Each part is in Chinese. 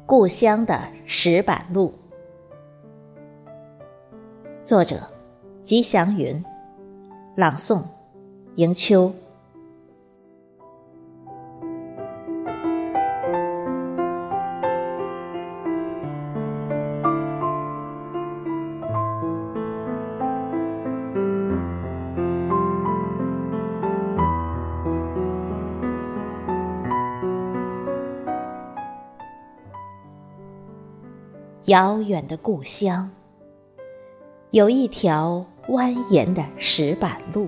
故乡的石板路，作者吉祥云，朗诵迎秋。遥远的故乡，有一条蜿蜒的石板路，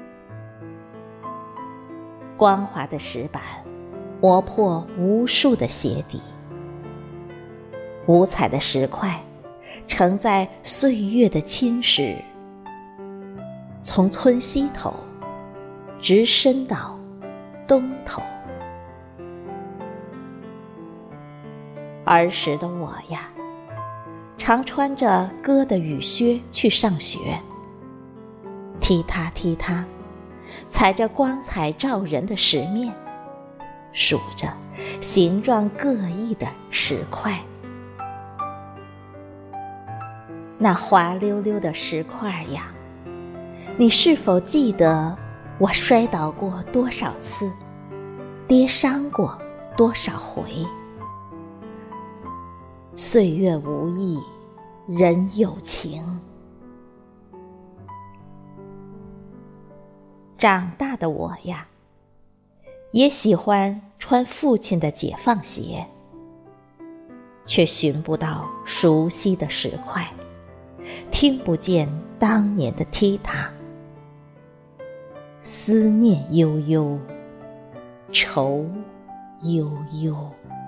光滑的石板磨破无数的鞋底，五彩的石块承载岁月的侵蚀，从村西头直伸到东头。儿时的我呀，常穿着割的雨靴去上学，踢踏踢踏，踩着光彩照人的石面，数着形状各异的石块。那滑溜溜的石块呀，你是否记得我摔倒过多少次，跌伤过多少回？岁月无意，人有情。长大的我呀，也喜欢穿父亲的解放鞋，却寻不到熟悉的石块，听不见当年的踢踏。思念悠悠，愁悠悠。